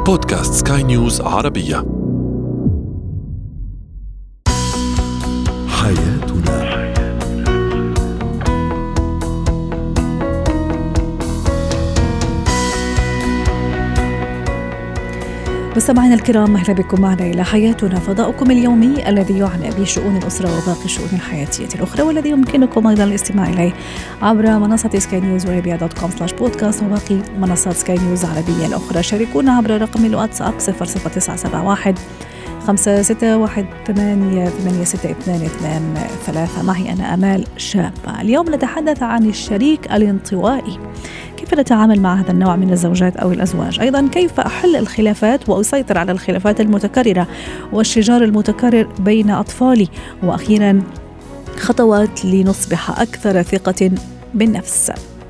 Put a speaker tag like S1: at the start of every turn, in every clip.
S1: بودكاست سكاي نيوز عربية. حياتنا.
S2: مستمعينا الكرام، أهلا بكم معنا إلى حياتنا، فضاؤكم اليومي الذي يعنى بشؤون الأسرة وباقي الشؤون الحياتية الأخرى، والذي يمكنكم أيضا الاستماع إليه عبر منصة سكاي نيوز arabia.com/podcast وباقي منصات سكاي نيوز عربية الأخرى. شاركونا عبر رقم الواتساب 00971 561-886-223. معي أنا آمال شابة. اليوم نتحدث عن الشريك الانطوائي. كيف نتعامل مع هذا النوع من الزوجات أو الأزواج؟ أيضا كيف أحل الخلافات وأسيطر على الخلافات المتكررة والشجار المتكرر بين أطفالي؟ وأخيرا خطوات لنصبح أكثر ثقة بالنفس.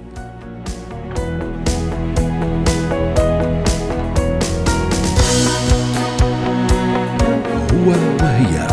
S1: هو وهي.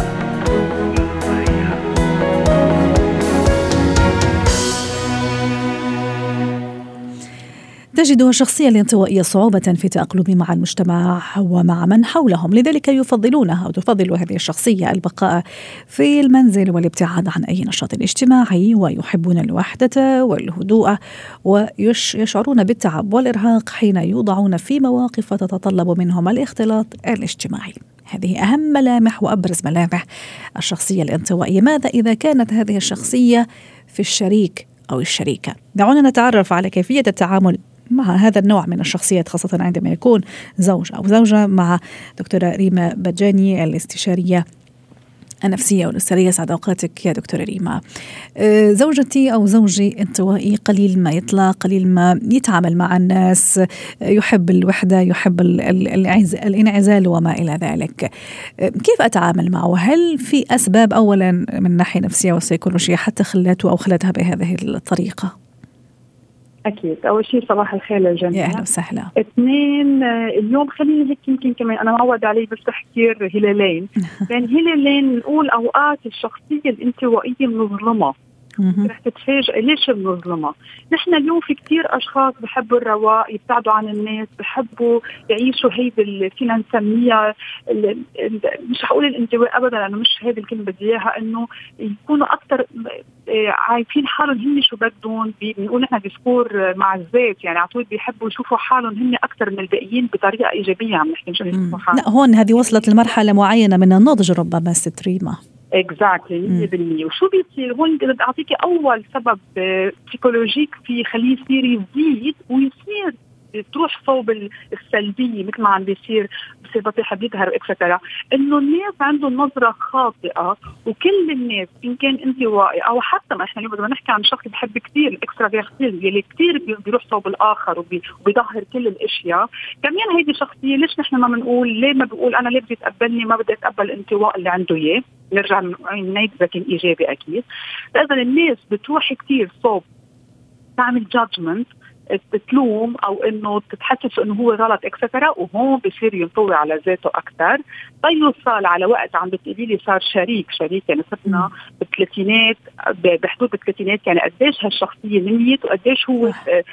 S2: تجد الشخصية الانطوائية صعوبة في التأقلم مع المجتمع ومع من حولهم، لذلك يفضلونها أو تفضل هذه الشخصية البقاء في المنزل والابتعاد عن أي نشاط اجتماعي، ويحبون الوحدة والهدوء، ويشعرون بالتعب والإرهاق حين يوضعون في مواقف تتطلب منهم الاختلاط الاجتماعي. هذه أهم ملامح وأبرز ملامح الشخصية الانطوائية. ماذا إذا كانت هذه الشخصية في الشريك أو الشريكة؟ دعونا نتعرف على كيفية التعامل مع هذا النوع من الشخصيات، خاصة عندما يكون زوج أو زوجة، مع دكتورة ريما بجاني، الاستشارية النفسية والأسرية. سعد أوقاتك يا دكتورة ريما. زوجتي أو زوجي انطوائي، قليل ما يطلع، قليل ما يتعامل مع الناس، يحب الوحدة، يحب الانعزال وما إلى ذلك. كيف أتعامل معه؟ هل في أسباب أولا من ناحية نفسية وسيكولوجية حتى خلته أو خلتها بهذه الطريقة؟
S3: أكيد. أول شيء صباح الخير للجميع.
S2: يا أهلا وسهلا.
S3: 2 اليوم خليني هيك يمكن كمان أنا معود عليه بفتح كتير هلالين. لأن هلالين نقول أوقات الشخصية الانطوائية بنظلمها. رح تتفاجئ ليش بنظلمها. نحن اليوم في كتير أشخاص بحبوا الرواق، يبتعدوا عن الناس، بحبوا يعيشوا هيدا فينا نسميها مش هقول الانطواء أبدا لأنه مش هذه الكلمة بدي إياها، إنه يكونوا أكتر عارفين حالهم هن شو بدهم. بنقول نحن ديسكور مع الذات، يعني عطول بيحبوا يشوفوا حالهم هن أكتر من الباقيين بطريقة إيجابية. عم نحكي مش يشوفوا حالهم.
S2: لا، هون هذه وصلت لمرحلة معينة من النضج ربما ست ريما.
S3: exactly 100%. وشو بيصير هون؟ بدي أعطيكي أول سبب سيكولوجيك في خليه يصير يزيد ويصير تروح صوب السلبية، مثل ما عم بيصير بطيحة بيظهر اكسترا، انه الناس عندهم نظرة خاطئة، وكل الناس ان كان انطوائي او حتى ما احنا اليوم بدنا نحكي عن شخص بحب كثير الاكسترافيرسيل اللي كثير بيروح صوب الاخر وبيظهر كل الاشياء. كمان هيدي شخصية ليش نحن ما بنقول ليه ما بقول انا ليه بدي اتقبلني ما بدي اتقبل الانطواء اللي عنده اياه. نرجع نعيد ذاك ايجابي اكيد. فاذا الناس بتروح كثير صوب تعمل جادجمنت، تلوم او انه تتحسس انه هو غلط اكسترا، وهون بصير ينطوي على ذاته اكثر. فيوصل على وقت عم بتقولي لي صار شريك يعني صرنا بالثلاثينات، بحدود الثلاثينات، يعني قديش هالشخصيه نميت وقديش هو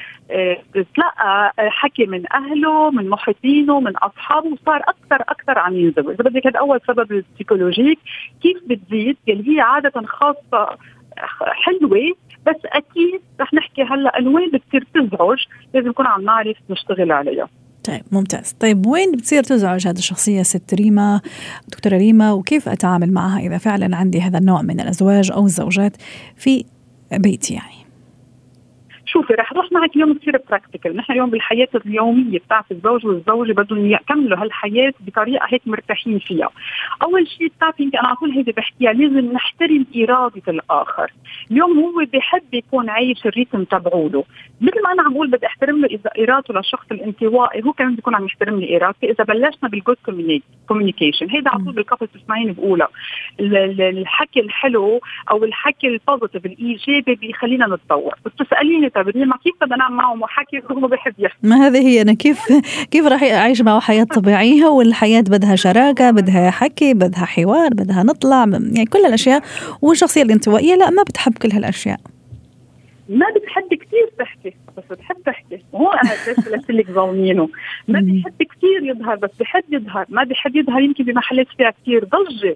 S3: تلقى حكي من اهله من محيطينه من اصحابه، وصار اكثر عم ينزوي. اذا بدك هذا اول سبب السيكولوجيك. كيف بتزيد اللي هي عاده خاصه حلوه، بس أكيد رح نحكي هلأ الوين بتصير تزعج، لازم نكون عم نعرف نشتغل عليها.
S2: طيب ممتاز. طيب وين بتصير تزعج هذه الشخصية ست ريما، دكتورة ريما، وكيف أتعامل معها إذا فعلا عندي هذا النوع من الأزواج أو الزوجات في بيتي؟ يعني
S3: شوفي رح نروح معك اليوم كثير براكتيكال. نحن اليوم بالحياة اليومية بتاعت الزوج والزوجة بدهم يكملوا هالحياة بطريقة هيك مرتاحين فيها. أول شيء بتعرفي أنا على طول هيدا بحكيها، لازم نحترم إرادة الآخر. اليوم هو بيحب يكون عايش الريتم تبعوله، مثل ما أنا عم بقول بدي أحترم له إذا إرادته للشخص الانطوائي، هو كمان بيكون عم يحترم لي إرادتي. إذا بلشنا بالجود كوميونيكيشن، هيدا على طول بالكابل تسمعين بقولها، الحكي الحلو أو الحكي البوزيتيف الإيجابي بيخلينا نتطور. بتسأليني ما كيف بدنا نعمل معه حكي هو بيحب يحكي؟
S2: ما هذه هي أنا كيف راح أعيش معه حياة طبيعية، والحياة بدها شراكة، بدها حكي، بدها حوار، بدها نطلع، يعني كل الأشياء. والشخصية الانطوائية لا، ما بتحب كل هالأشياء،
S3: ما بتحب كتير تحكي. بس بتحب تحكي. وهو انا قلت لك ظالمينه، ما بيحب كثير يظهر، بس بيحب يظهر. ما بيحب يظهر يمكن بمحلات فيها كثير ضجه.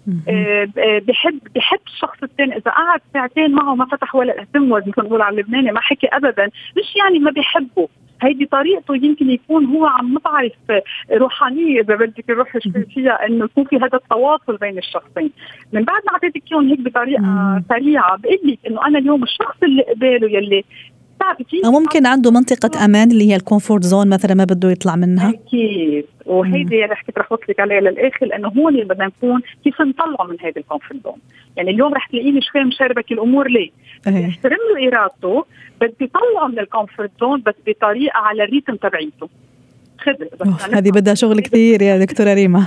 S3: بيحب الشخص الثاني. اذا قعد ساعتين معه ما فتح ولا اهتموز، مثل نقول على اللبناني، ما حكي ابدا، مش يعني ما بيحبه. هيدي طريقته. يمكن يكون هو عم نضعف روحانية إذا بدك نروح شوي فيها، إنه يكون في هذا التواصل بين الشخصين. من بعد ما عطيتك يوم هيك بطريقة سريعة، بقول لك إنه أنا اليوم الشخص اللي قباله يلي
S2: ممكن عنده منطقة أمان اللي هي الكومفورت زون مثلا، ما بده يطلع منها.
S3: أكيد. وهيدي رح أحط لك عليها للآخر، لأنه هون اللي بدنا نكون كيف نطلع من هذه الكومفورت زون. يعني اليوم رح تلاقيني شوي مشاربك الأمور. ليه؟ احترم له إرادته، بدي طلعه من الكومفورت زون بس بطريقة على الريتم تبعيته.
S2: هذه بدها شغل كثير يا دكتورة ريما.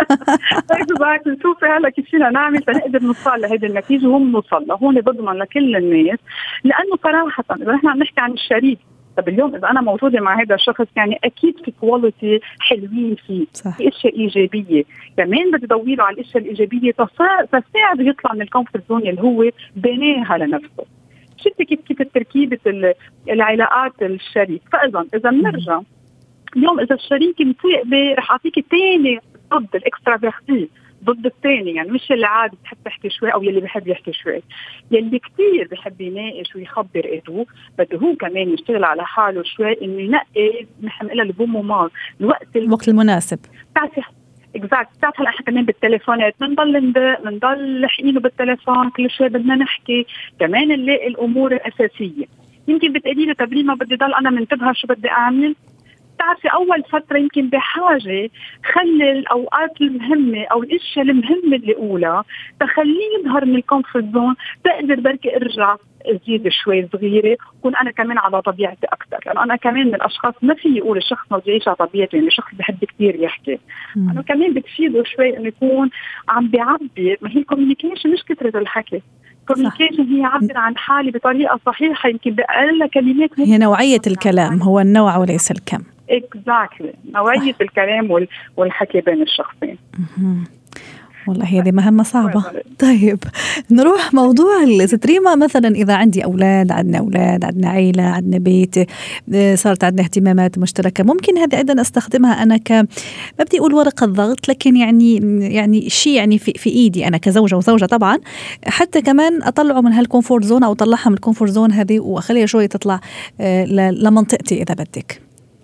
S3: طيب نشوف هلا كيف فينا نعمل تنقدر نوصل لهذه النتيجة. وهم نوصل هون بضمن لكل الناس، لأنه صراحة إذا نحن عم نحكي عن الشريك، طب اليوم إذا أنا موجودة مع هذا الشخص يعني أكيد في كواليتي حلوين فيه، في أشياء إيجابية. كمان بدي أدويله على الأشياء الإيجابية تساعده يطلع من الكومفورت زون اللي هو بناها لنفسه. شفتي كيف تركيبة العلاقات الشريك. فإذا بنرجع اليوم إذا الشريك متقبل رح أعطيك تاني ضد الإكسترافيرتي، ضد الثاني. يعني مش اللي عادي بحب تحكي شوي أو يلي بحب يحكي شوي. يلي كتير بحب يناقش ويخبر إيده، بده هو كمان يشتغل على حاله شوي، إنه ينقي نحن نقولها البومومار الوقت المناسب. بتعرفي هلا احنا كمان بالتليفونات بنضل لحقينه بالتليفون كل شوي بدنا نحكي. كمان نلاقي الأمور الأساسية. يمكن بتقولي له طب ما بدي ضل أنا منتبهة شو بدي أعمل. تعرفي أول فترة يمكن بحاجة خلي الأوقات المهمة أو الأشياء المهمة اللي أولى تخليه يظهر من الكومفورت زون، تقدر بركي أرجع أزيد شوي صغيرة، كون أنا كمان على طبيعتي أكتر. لأن أنا كمان من الأشخاص ما في يقول الشخص ما بيعيش على طبيعته، يعني الشخص بحب كتير يحكي. أنا كمان بتفيده شوي إنه يكون عم بيعبر. ما هي الكوميونيكيشن مش كترة الحكي. الكوميونيكيشن هي عبر عن حالي بطريقة صحيحة، يمكن بأقل كلمات.
S2: هي نوعية الكلام، هو النوع وليس الكم.
S3: نوعية الكلام والحكي بين الشخصين.
S2: والله هذه مهمة صعبة. طيب نروح موضوع الستريمة. مثلا إذا عندي عندنا أولاد، عندنا عيلة، عندنا بيت، صارت عندنا اهتمامات مشتركة، ممكن هذه أيضا أستخدمها أنا ما بدي أقول ورقة ضغط، لكن يعني شيء يعني في إيدي أنا كزوجة وزوجة طبعا، حتى كمان أطلعه من هالكونفورت زون أو أطلعها من الكونفورت زون هذه وأخليها شوية تطلع لمنطقتي إذا بدك.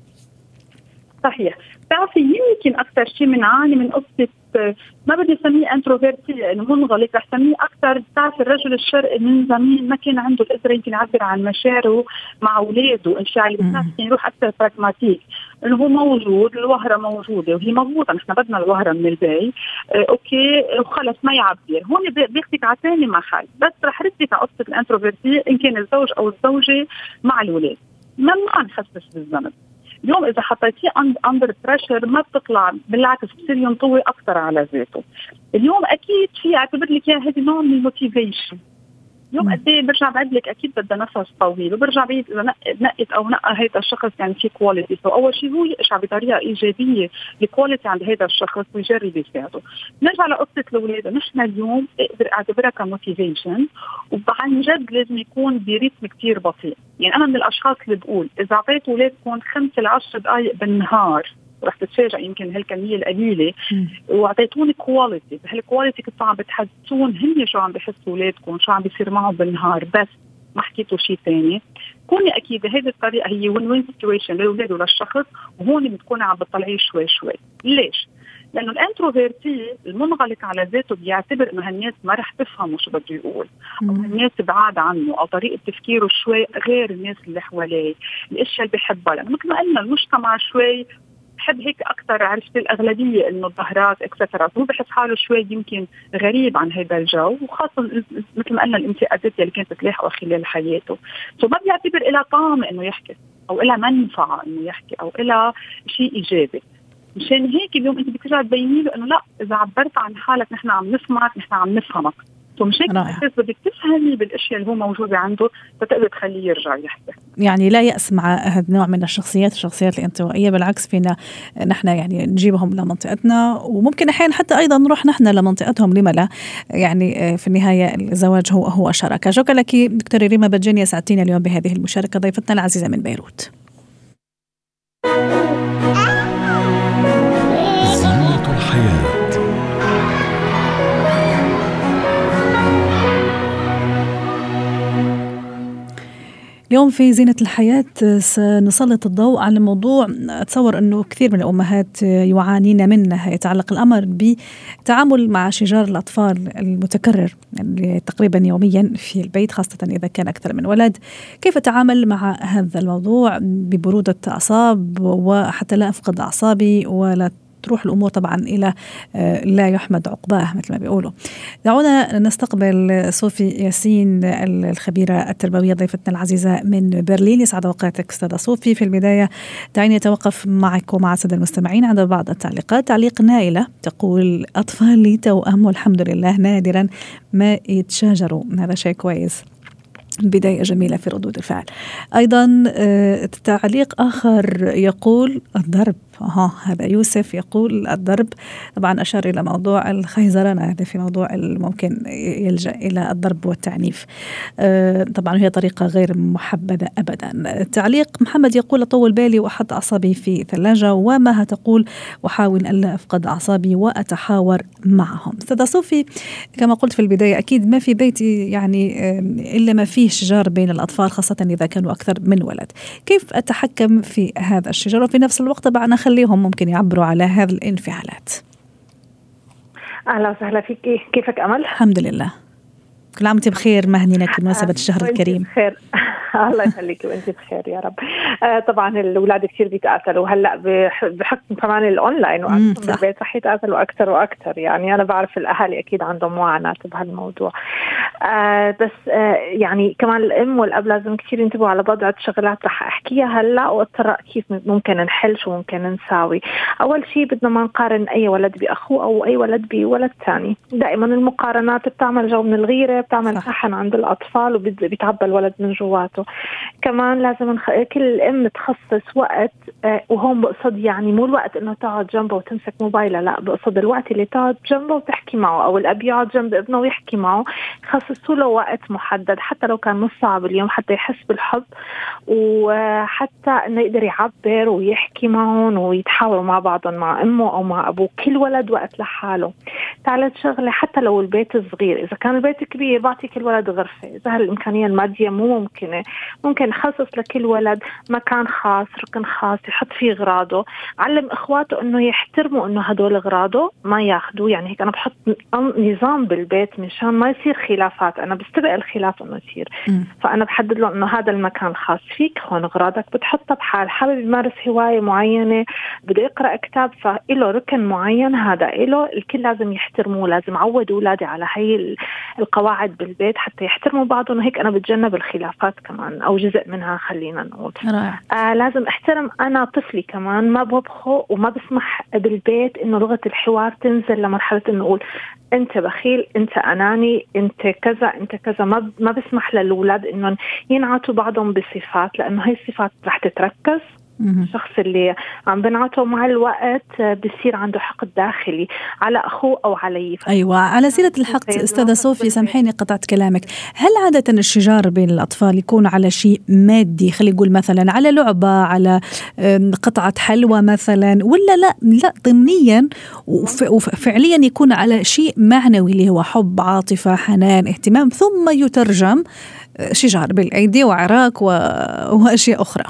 S3: صحيح. تعرفي يمكن أكثر شيء منعاني من قصة ما بدي أسميه انتروفيرتي لأنه منغلق، رح أسميه أكثر. تعرف الرجل الشرقي من زمان ما كان عنده القدرة يمكن يعبر عن مشاعره مع أولاده، الشيء اللي بتناسب يروح أكثر براغماتيك، إنه هو موجود، الوهرة موجودة وهي موجودة، نحن بدنا الوهرة من البي أوكي وخلص ما يعبر. هون بياخدك على ثاني محل. بس رح ردك على قصة الانتروفيرتي إن كان الزوج أو الزوجة مع الأولاد ما نحسس بالذنب. اليوم إذا حطيتيه أندر بريشر ما بتطلع، بالعكس بصير ينطوي أكثر على ذاته. اليوم أكيد في أعتبر لك يا هذه نوع من الموتيفيشن. اليوم قد ايه برجع بعد لك اكيد بدها نفس طويل، وبرجع بعيد اذا نقت او نقى هذا الشخص يعني في كواليتي. اول شيء هو يشعر بطريقه ايجابيه الكواليتي عند هذا الشخص ويجرب يساعده. نرجع لقصه الاولاد، نحن اليوم اقدر اعتبرها كموتيفيشن، وعن جد لازم يكون بريتم كتير بطيء. يعني انا من الاشخاص اللي بقول اذا اعطيت اولادكم 5 ل 10 دقائق بالنهار رح تتفاجئ يمكن هالكمية القليلة وعطيتوني كواليتي، بهالكواليتي كنتوا عم بتحسون هن شو عم بحسوا أولادكم، شو عم بيصير معهم بالنهار، بس ما حكيتوا شيء ثاني. كوني أكيد هذه الطريقة هي وين وين سيتويشن للأولاد وللشخص، وهون بتكوني عم بتطلعيه شوي شوي. ليش؟ لأنه الانتروفيرتي المنغلق على ذاته بيعتبر إنه هالناس ما رح تفهموا شو بده يقول، أو هالناس بعاد عنه، أو طريقة تفكيره شوي غير الناس اللي حواليه، الأشياء اللي بيحبها. لأنه مثل ما قلنا المجتمع شوي بحب هيك أكتر، عرفت الأغلبية إنه الظهرات إكسترا، هو بحس حاله شوي يمكن غريب عن هذا الجو، وخاصة مثل ما قلنا الانتقادات اللي كانت تلاحقه خلال حياته. ما بيعتبر إلها طعم إنه يحكي، أو إلها منفعة إنه يحكي، أو إلها شيء إيجابي. مشان هيك اليوم أنت بترجع تبيني له إنه لا، إذا عبرت عن حالك نحن عم نسمعك، نحن عم نفهمك، فمشان أساس بدك تفهمي بالأشياء اللي هو موجودة عنده فتقدر تخليه يرجع يحكي.
S2: يعني لا يأس مع هذا النوع من الشخصيات الانطوائية، بالعكس فينا نحن يعني نجيبهم لمنطقتنا، وممكن أحيانا حتى أيضا نروح نحن لمنطقتهم، لما لا؟ يعني في النهاية الزواج هو شراكة. شكرا لك دكتورة ريما بجاني، سعدتينا اليوم بهذه المشاركة، ضيفتنا العزيزة من بيروت.
S1: زينة الحياة.
S2: اليوم في زينة الحياة سنسلط الضوء على موضوع أتصور أنه كثير من الأمهات يعانين منه، يتعلق الأمر بتعامل مع شجار الأطفال المتكرر اللي تقريبا يوميا في البيت، خاصة إذا كان أكثر من ولد. كيف أتعامل مع هذا الموضوع ببرودة أعصاب وحتى لا أفقد أعصابي ولا تروح الأمور طبعا إلى لا يحمد عقباه مثل ما بيقولوا. دعونا نستقبل صوفي ياسين الخبيرة التربوية ضيفتنا العزيزة من برلين. يسعد أوقاتك أستاذة صوفي. في البداية دعيني أتوقف معك ومع السادة المستمعين عند بعض التعليقات. تعليق نائلة تقول: أطفالي توأم والحمد لله نادرا ما يتشاجروا، هذا شيء كويس، بداية جميلة في ردود الفعل. أيضا تعليق آخر يقول الضرب. هذا يوسف يقول الضرب، طبعا أشار إلى موضوع الخيزران، هذا في موضوع ممكن يلجأ إلى الضرب والتعنيف، طبعا هي طريقة غير محبذة أبدا. تعليق محمد يقول: أطول بالي وأحط أعصابي في ثلاجة. وما تقول: وحاول ألا أفقد أعصابي وأتحاور معهم. أستاذة صوفي، كما قلت في البداية أكيد ما في بيتي يعني إلا ما فيه شجار بين الأطفال، خاصة إذا كانوا أكثر من ولد. كيف أتحكم في هذا الشجار وفي نفس الوقت طبعا أخليهم ممكن يعبروا على هذه الانفعالات؟
S4: أهلا وسهلا فيك، كيفك أمل؟
S2: الحمد لله، كل عام وانت بخير، مهنينك بمناسبة الشهر الكريم.
S4: بخير. الله يخليك وانت بخير يا رب. طبعا الأولاد كثير بيتقاتلوا هلا بحكم كمان الأونلاين وأكثر بالبيت رح يتقاتلوا أكثر وأكثر. يعني أنا بعرف الأهالي أكيد عندهم معاناة بهالموضوع، بس يعني كمان الأم والأب لازم كثير ينتبهوا على بضعة شغلات رح أحكيها هلا وأتطرق كيف ممكن نحل شو ممكن نساوي. أول شيء بدنا ما نقارن أي ولد بأخوه أو أي ولد بولد ثاني. دائما المقارنات بتعمل جو من الغيرة، بتعمل شحن عند الأطفال وبيتعبى الولد من جواته. كمان لازم كل أم تخصص وقت، وهون بقصد يعني مو الوقت إنه تقعد جنبه وتمسك موبايله، لا بقصد الوقت اللي تقعد جنبه وتحكي معه، أو الأب يقعد جنب ابنه ويحكي معه. خصصوا له وقت محدد حتى لو كان نص ساعة باليوم حتى يحس بالحب، وحتى إنه يقدر يعبر ويحكي معهم ويتحاوروا مع بعضهم مع أمه أو مع أبوه. كل ولد وقت لحاله. ثالث شغلة، حتى لو البيت صغير، إذا كان البيت كبير بعطي كل ولد غرفة. إذا هالإمكانية المادية مو ممكنة، ممكن نخصص لكل ولد مكان خاص، ركن خاص يحط فيه أغراضه. علم إخواته إنه يحترموا إنه هدول أغراضه ما ياخدوا. يعني هيك أنا بحط نظام بالبيت مشان ما يصير خلافات. أنا بستبق الخلاف إنه يصير، فأنا بحدد له إنه هذا المكان خاص فيك، هون أغراضك بتحطها بحال. حابب يمارس هواية معينة، بده يقرأ كتاب، فإله ركن معين هذا إله. الكل لازم يحترموه. لازم عود أولادي على هاي القواعد بالبيت حتى يحترموا بعضهم، وهيك أنا بتجنب الخلافات كمان أو جزء منها خلينا نقول. لازم احترم أنا طفلي كمان، ما ببخو وما بسمح بالبيت إنه لغة الحوار تنزل لمرحلة إنه نقول أنت بخيل، أنت أناني، أنت كذا، أنت كذا. ما بسمح للأولاد إنه ينعطوا بعضهم بصفات، لأنه هاي الصفات رح تتركز. الشخص اللي عم بنعطه مع الوقت بيصير عنده حقد داخلي على أخوه أو علي.
S2: أيوة، على سيرة الحقد أستاذة صوفي، سامحيني قطعت كلامك، هل عادة الشجار بين الأطفال يكون على شيء مادي، خلينا نقول مثلا على لعبة، على قطعة حلوى مثلا، ولا لا ضمنيا وفعليا يكون على شيء معنوي اللي هو حب، عاطفة، حنان، اهتمام، ثم يترجم شجار بالأيدي وعراك وأشياء أخرى؟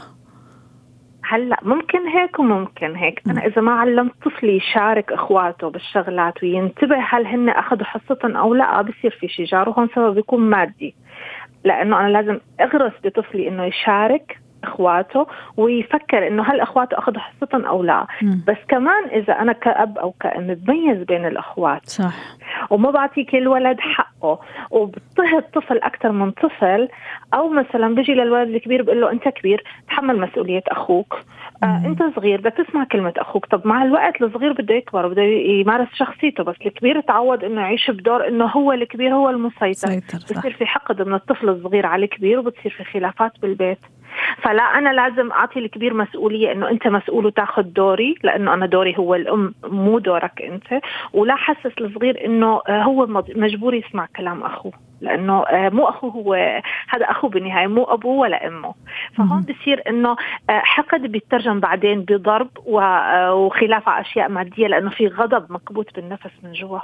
S4: هلا ممكن هيك وممكن هيك. أنا إذا ما علمت طفلي يشارك إخواته بالشغلات وينتبه هل هن أخذوا حصتهم أو لا، بيصير في شجار، وهون سبب يكون مادي. لأنه أنا لازم أغرس بطفلي إنه يشارك إخواته ويفكر إنه هل إخواته أخذوا حصتهم أو لا. بس كمان إذا أنا كأب أو كأم بميز بين الأخوات
S2: صح،
S4: وما بعطي كل ولد حقه وبضطهد طفل أكتر من طفل، أو مثلا بيجي للولد الكبير بقول له أنت كبير تحمل مسؤولية أخوك، أنت صغير بدك تسمع كلمة أخوك. طب مع الوقت الصغير بده يكبر وبده يمارس شخصيته، بس الكبير تعود إنه يعيش بدور إنه هو الكبير هو المسيطر، بصير في حقد من الطفل الصغير على الكبير وبتصير في خلافات بالبيت. فلا أنا لازم أعطي الكبير مسؤولية إنه أنت مسؤول وتاخذ دوري، لأنه أنا دوري هو الأم مو دورك أنت، ولا حسس الصغير إنه هو مجبور يسمع كلام أخوه، لأنه مو أخوه، هو هذا أخوه بالنهاية، مو أبوه ولا أمه. فهون بصير إنه حقد بيترجم بعدين بضرب وخلاف على أشياء مادية، لأنه في غضب مكبوت بالنفس من جوا.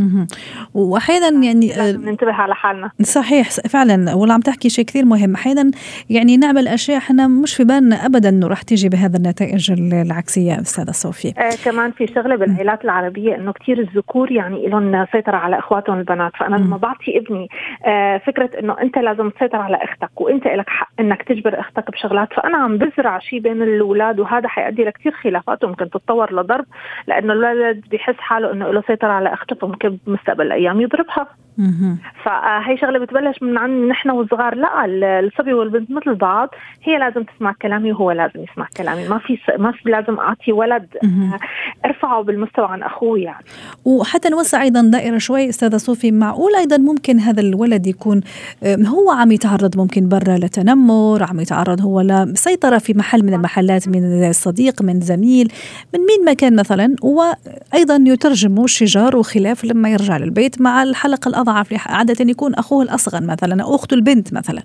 S2: وأحيانا يعني
S4: ننتبه على حالنا.
S2: صحيح فعلا، ولا عم تحكي شيء كثير مهم. أحيانا يعني نعمل أشياء احنا مش في بالنا أبدا إنه راح تيجي بهذا النتائج العكسية. أستاذة صوفي
S4: كمان في شغلة بالعائلات العربية إنه كتير الذكور يعني لهم سيطرة على إخواتهم البنات. فأنا لما بعطي ابني فكرة إنه أنت لازم تسيطر على أختك وأنت لك حق إنك تجبر أختك بشغلات، فأنا عم بزرع شيء بين الأولاد، وهذا حيؤدي لكتير خلافات وممكن تتطور لضرب، لأنه الولد بيحس حاله إنه له سيطرة على أخته فممكن بمستقبل الأيام يضربها. فهي شغلة بتبلش من عن نحن والصغار. لا، الصبي والبنت مثل بعض، هي لازم تسمع كلامي وهو لازم يسمع كلامي. ما في لازم أعطي ولد ارفعه بالمستوى عن أخوه يعني. وحتى
S2: نوسع أيضا دائرة شوي أستاذة صوفي، معقول أيضا ممكن هذا الولد يكون هو عم يتعرض ممكن برا لتنمر، عم يتعرض هو لسيطرة في محل من المحلات، من صديق، من زميل، من مين ما كان مثلا، وأيضا يترجم شجار وخلاف لما يرجع للبيت مع الحلقة الأضعف، عادة يكون أخوه الأصغر مثلا أو أخته البنت مثلا.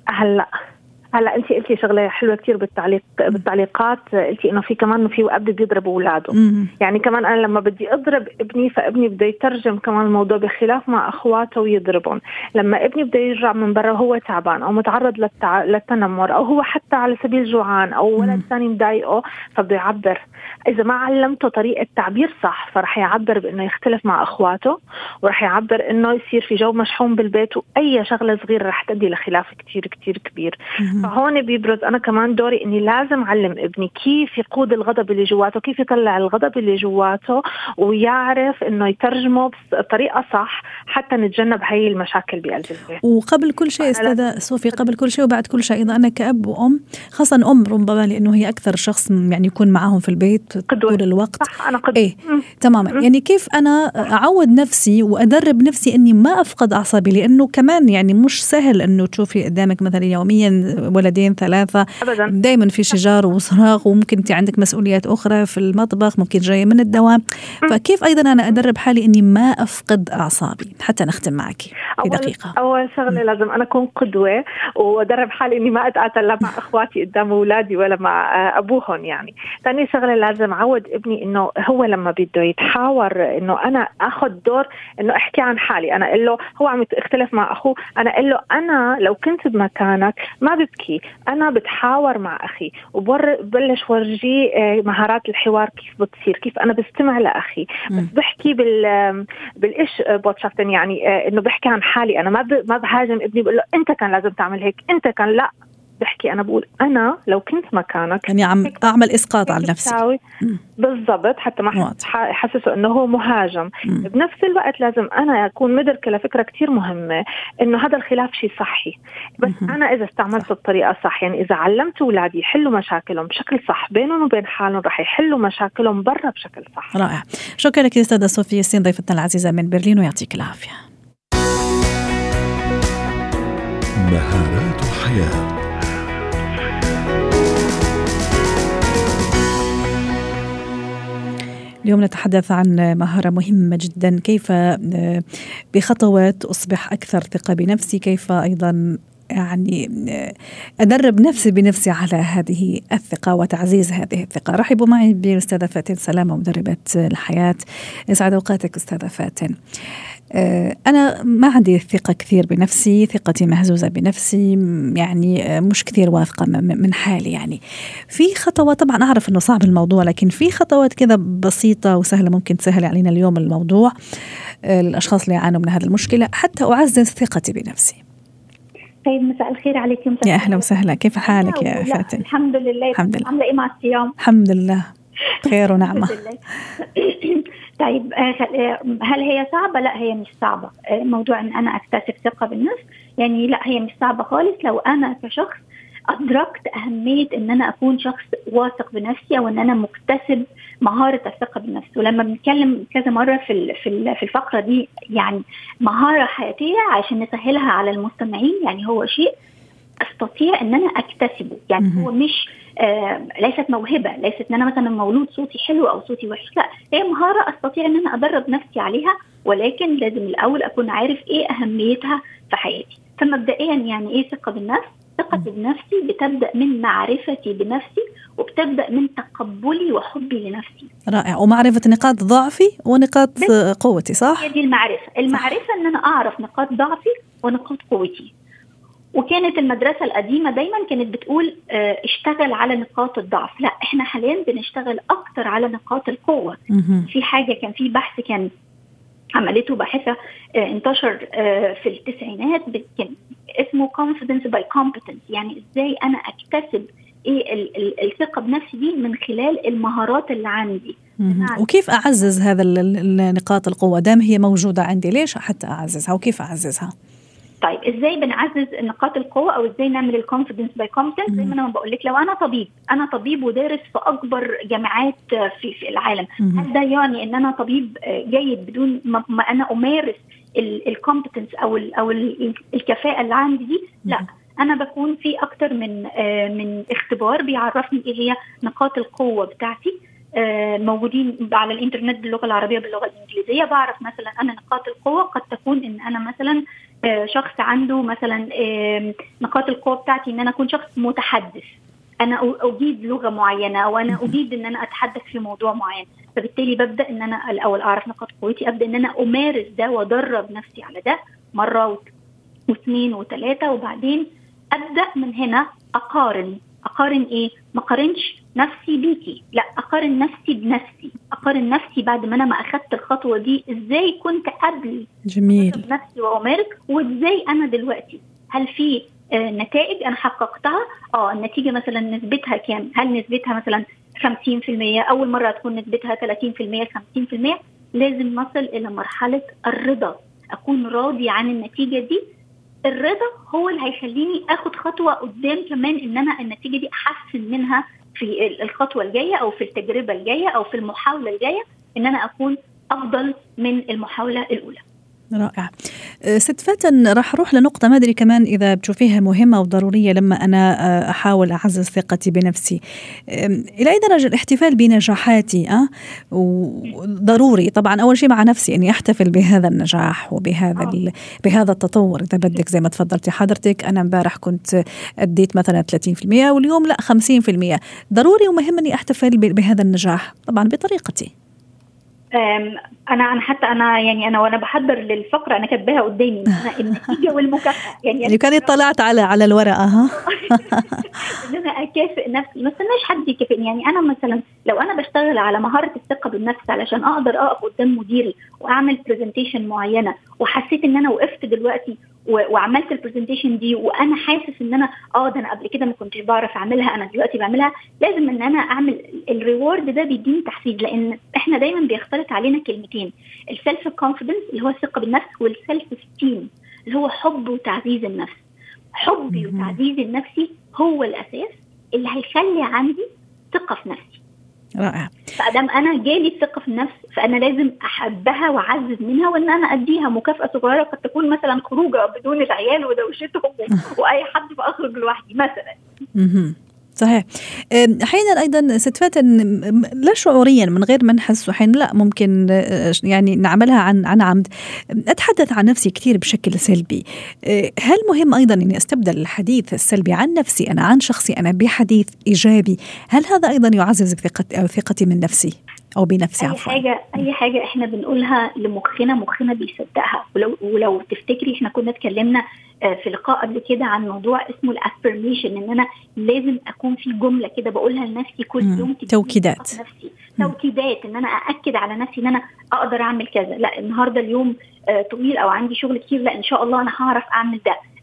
S4: هلا انت قلتي شغله حلوه كتير بالتعليقات، قلتي انه في كمان في اب بيضرب اولاده. يعني كمان انا لما بدي اضرب ابني فابني بده يترجم كمان الموضوع بخلاف مع اخواته ويضربهم. لما ابني بده يرجع من برا وهو تعبان او متعرض للتنمر، او هو حتى على سبيل جوعان او ولد ثاني مضايقه، فبده يعبر. اذا ما علمته طريقه تعبير صح فرح يعبر بانه يختلف مع اخواته، ورح يعبر انه يصير في جو مشحون بالبيت، واي شغله صغيره رح تؤدي لخلاف كتير كتير كبير. فهون بيبرز أنا كمان دوري إني لازم أعلم ابني كيف يقود الغضب اللي جواته، كيف يطلع الغضب اللي جواته، ويعرف إنه يترجمه بطريقة صح حتى نتجنب هاي المشاكل بقلب البيت.
S2: وقبل كل شيء أستاذة صوفي، قبل كل شيء وبعد كل شيء، إذا أنا كأب وأم، خاصة أم ربما لأنه هي أكثر شخص يعني يكون معهم في البيت طول الوقت.
S4: صح، أنا قدوة.
S2: تماما. يعني كيف أنا أعود نفسي وأدرب نفسي إني ما أفقد أعصابي، لأنه كمان يعني مش سهل إنه تشوفي قدامك مثلا يوميا ولدين 3 دايما في شجار وصراخ، وممكن انت عندك مسؤوليات اخرى في المطبخ، ممكن جايه من الدوام. فكيف ايضا انا ادرب حالي اني ما افقد اعصابي؟ حتى نختم معك في دقيقه.
S4: اول شغله لازم انا اكون قدوه، وادرب حالي اني ما اتقاتل لا مع اخواتي قدام اولادي ولا مع ابوهم. يعني ثاني شغله لازم اعود ابني انه هو لما بده يتحاور انه انا اخذ دور انه احكي عن حالي. انا اقول له هو عم يختلف مع اخوه، انا اقول له انا لو كنت بمكانك ما ببكي، أنا بتحاور مع أخي وبلش ورجي مهارات الحوار كيف بتصير، كيف أنا بستمع لأخي. بس بحكي بالإيش بوتشافتن، يعني إنه بحكي عن حالي. أنا ما بهاجم ابني بقول له أنت كان لازم تعمل هيك، أنت كان لا. بحكي أنا بقول أنا لو كنت مكانك
S2: يعني عم أعمل إسقاط على نفسي
S4: بالضبط، حتى ما حسسه إنه هو مهاجم. بنفس الوقت لازم أنا أكون مدركة لفكرة كتير مهمة، إنه هذا الخلاف شيء صحي، بس أنا إذا استعملت الطريقة صح. يعني إذا علمت أولادي يحلوا مشاكلهم بشكل صح بينهم وبين حالهم، رح يحلوا مشاكلهم برا بشكل صح.
S2: رائع. شكرا لك أستاذة صوفي ياسين ضيفتنا العزيزة من برلين، ويعطيك العافية.
S1: مهارات الحياة.
S2: اليوم نتحدث عن مهارة مهمة جدا، كيف بخطوات أصبح أكثر ثقة بنفسي، كيف أيضا يعني أدرب نفسي بنفسي على هذه الثقة وتعزيز هذه الثقة. رحبوا معي بالأستاذة فاتن سلامة مدربة الحياة. يسعد أوقاتك أستاذة فاتن. أنا ما عندي ثقة كثير بنفسي، ثقتي مهزوزة بنفسي، يعني مش كثير واثقة من حالي. يعني في خطوات، طبعا أعرف أنه صعب الموضوع، لكن في خطوات كذا بسيطة وسهلة ممكن تسهل علينا اليوم الموضوع، الأشخاص اللي يعانوا من هذه المشكلة، حتى أعزز ثقتي بنفسي.
S5: طيب مساء الخير عليكم.
S2: يا أهلا وسهلا، كيف حالك يا فاتن؟
S5: الحمد لله.
S2: الحمد لله.
S5: عاملة إيه مع الصيام؟
S2: الحمد لله خير ونعمة.
S5: طيب هل هي صعبة؟ لا هي مش صعبة. موضوع أن أنا أكتسب ثقة بالنفس يعني لا هي مش صعبة خالص لو أنا كشخص أدركت أهمية أن أنا أكون شخص واثق بنفسي أو أن أنا مكتسب مهارة الثقة بالنفس. ولما بنتكلم كذا مرة في الفقرة دي يعني مهارة حياتية عشان نسهلها على المستمعين، يعني هو شيء أستطيع أن أنا أكتسبه، يعني هو مش ليست موهبة، ليست أن أنا مثلا مولود صوتي حلو أو صوتي وحش، لا هي مهارة أستطيع أن أنا أدرب نفسي عليها، ولكن لازم الأول أكون عارف إيه أهميتها في حياتي. فمبدئيا يعني إيه ثقة بالنفس؟ ثقتي بنفسي بتبدأ من معرفتي بنفسي وبتبدأ من تقبلي وحبي لنفسي.
S2: رائع. ومعرفة نقاط ضعفي ونقاط قوتي، صح؟
S5: هي دي المعرفة أن أنا أعرف نقاط ضعفي ونقاط قوتي. وكانت المدرسة القديمة دايما كانت بتقول اشتغل على نقاط الضعف، لا احنا حاليا بنشتغل أكتر على نقاط القوة. في حاجة كان في بحث كان عملته باحثة انتشر في التسعينات اسمه confidence by competence، يعني ازاي انا اكتسب ايه الثقة بنفسي دي من خلال المهارات اللي عندي.
S2: وكيف اعزز هذا النقاط القوة دام هي موجودة عندي؟ ليش حتى اعززها وكيف اعززها؟
S5: طيب ازاي بنعزز نقاط القوة او ازاي نعمل الكونفيدنس باي كومبتنس؟ زي ما انا بقول لك، لو انا طبيب ودارس في اكبر جامعات في العالم، هل ده يعني ان انا طبيب جيد بدون ما انا امارس الكومبتنس او الكفاءة اللي عندي دي؟ لا، انا بكون في اكتر من اختبار بيعرفني ايه هي نقاط القوة بتاعتي موجودين على الانترنت باللغة العربية باللغة الانجليزية. بعرف مثلا انا نقاط القوة قد تكون ان انا مثلا شخص عنده مثلا نقاط القوة بتاعتي ان انا اكون شخص متحدث، انا اجيد لغة معينة او انا اجيد ان انا اتحدث في موضوع معين، فبالتالي ببدأ ان انا الاول اعرف نقاط قوتي، ابدأ ان انا امارس ده وادرب نفسي على ده مرة واثنين وثلاثة، وبعدين ابدأ من هنا اقارن ايه؟ ما اقارنش نفسي بيكي، لا اقارن نفسي بنفسي، اقارن نفسي بعد ما انا ما اخدت الخطوة دي ازاي كنت قبل.
S2: جميل.
S5: نفسي وامارس، وازاي انا دلوقتي هل في نتائج انا حققتها؟ النتيجة مثلا نسبتها كام؟ هل نسبتها مثلا 50%؟ اول مرة تكون نسبتها 30%، 50%. لازم نصل الى مرحلة الرضا، اكون راضي عن النتيجة دي. الرضا هو اللي هيخليني اخد خطوة قدام كمان، ان انا النتيجة دي احسن منها في الخطوة الجاية او في التجربة الجاية او في المحاولة الجاية، ان انا اكون افضل من المحاولة الاولى.
S2: رائع. ست فاتن، راح أروح لنقطة ما أدري كمان إذا بتشوفيها مهمة وضرورية لما أنا أحاول أعزز ثقتي بنفسي. إلى أي درجة الاحتفال بنجاحاتي ضروري؟ طبعا أول شيء مع نفسي أني أحتفل بهذا النجاح بهذا التطور. إذا بدك زي ما تفضلتي حضرتك، أنا امبارح كنت أديت مثلا 30% واليوم لا 50%. ضروري ومهم أني أحتفل بهذا النجاح طبعا بطريقتي.
S5: انا حتى انا وانا بحضر للفقره انا كاتباها قدامي النتيجه والمكافاه، يعني
S2: كان اطلعت على الورقه
S5: ان انا اكافئ نفسي، ما استناش حد يكافئني. يعني انا مثلا لو انا بشتغل على مهاره الثقه بالنفس علشان اقدر اقف قدام مديري واعمل برزنتيشن معينه، وحسيت ان انا وقفت دلوقتي وعملت البرزنتيشن دي وانا حاسس ان انا ده انا قبل كده ما كنتش بعرف اعملها، انا دلوقتي بعملها، لازم ان انا اعمل الريورد ده بيديني تحفيز. لان احنا دايما بيختلط علينا كلمتين، السيلف كونفيدنس اللي هو الثقه بالنفس، والسيلف ستيم اللي هو حب وتعزيز النفس. حبي وتعزيز النفسي هو الاساس اللي هيخلي عندي ثقه في نفسي.
S2: رائع.
S5: فادام انا جالي الثقه في النفس، فانا لازم احبها واعزز منها، وان انا اديها مكافاه صغيره قد تكون مثلا خروجه بدون العيال ودوشتهم واي حد فاخرج لوحدي مثلا.
S2: صحيح. احيانا ايضا ست فاتن لا شعوريا من غير ما نحس، وحين لا ممكن يعني نعملها عن عمد، اتحدث عن نفسي كثير بشكل سلبي. هل مهم ايضا اني استبدل الحديث السلبي عن نفسي انا عن شخصي انا بحديث ايجابي؟ هل هذا ايضا يعزز ثقتي من نفسي او بنفسي؟
S5: اي حاجه احنا بنقولها مخنا بيصدقها. ولو تفتكري احنا كنا اتكلمنا في لقاء قبل كده عن موضوع اسمه الافرميشن، ان انا لازم اكون في جمله كده بقولها لنفسي كل يوم،
S2: توكيدات
S5: ان انا ااكد على نفسي ان انا اقدر اعمل كذا. لا النهارده اليوم طويل او عندي شغل كتير، لا ان شاء الله انا هعرف اعمل ده.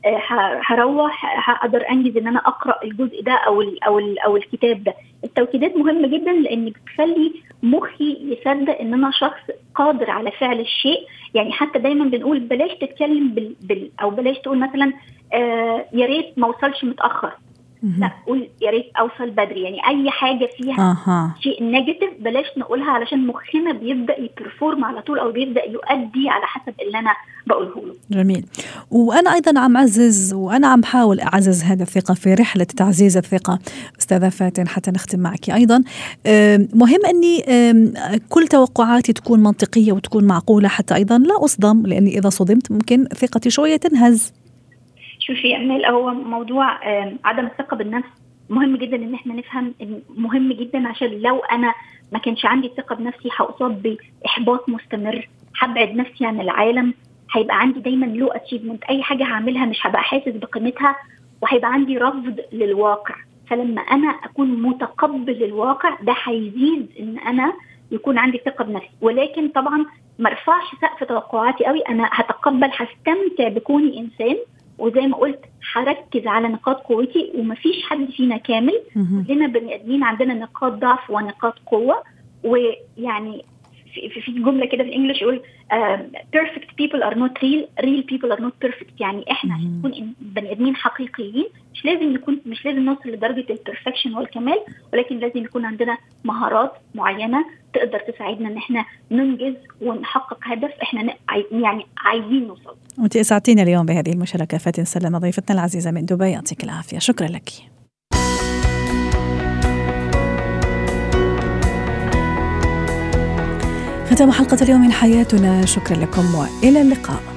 S5: هروح هقدر انجز ان انا اقرا الجزء ده او الكتاب ده. التوكيدات مهمه جدا لان بتخلي مخي يصدق ان انا شخص قادر على فعل الشيء. يعني حتى دايما بنقول بلاش تتكلم او بلاش تقول مثلا يا ريت ما اوصلش متاخر، لا قول يا ريت اوصل بدري. يعني اي حاجه فيها شيء نيجاتيف بلاش نقولها، علشان مخنا بيبدا يبرفورم على طول او بيبدا يؤدي على حسب اللي انا بقوله له.
S2: جميل. وانا ايضا عم عم حاول اعزز هذه الثقه في رحله تعزيز الثقه استاذه فاتن حتى نختم معك ايضا. مهم اني كل توقعاتي تكون منطقيه وتكون معقوله حتى ايضا لا اصدم، لاني اذا صدمت ممكن ثقتي شويه تنهز.
S5: شوفي أمال، هو موضوع عدم الثقة بالنفس مهم جدا ان احنا نفهم، مهم جدا عشان لو انا ما كانش عندي ثقة بنفسي هأصاب بإحباط مستمر، هبعد نفسي عن العالم، هيبقى عندي دايما لو اتشيفمنت، اي حاجة هعملها مش هبقى حاسس بقيمتها، وهيبقى عندي رفض للواقع. فلما انا اكون متقبل الواقع ده هيزيد ان انا يكون عندي ثقة بنفسي. ولكن طبعا ما ارفعش سقف توقعاتي قوي، انا هتقبل، هستمتع بكوني انسان، وزي ما قلت هركز على نقاط قوتي، ومفيش حد فينا كامل، كلنا بني ادمين عندنا نقاط ضعف ونقاط قوة. ويعني في جملة كده بالانجلش يقول perfect people are not real people are not perfect. يعني احنا عشان نكون بني ادمين حقيقيين مش لازم نوصل لدرجة البرفكشن والكمال، ولكن لازم يكون عندنا مهارات معينة تقدر تساعدنا ان احنا ننجز ونحقق هدف احنا يعني عايزين نوصل.
S2: وانت اسعدتينا اليوم بهذه المشاركة فاتن سلامة ضيفتنا العزيزة من دبي، يعطيك العافية. شكرا لك. ختام حلقة اليوم من حياتنا، شكرا لكم وإلى اللقاء.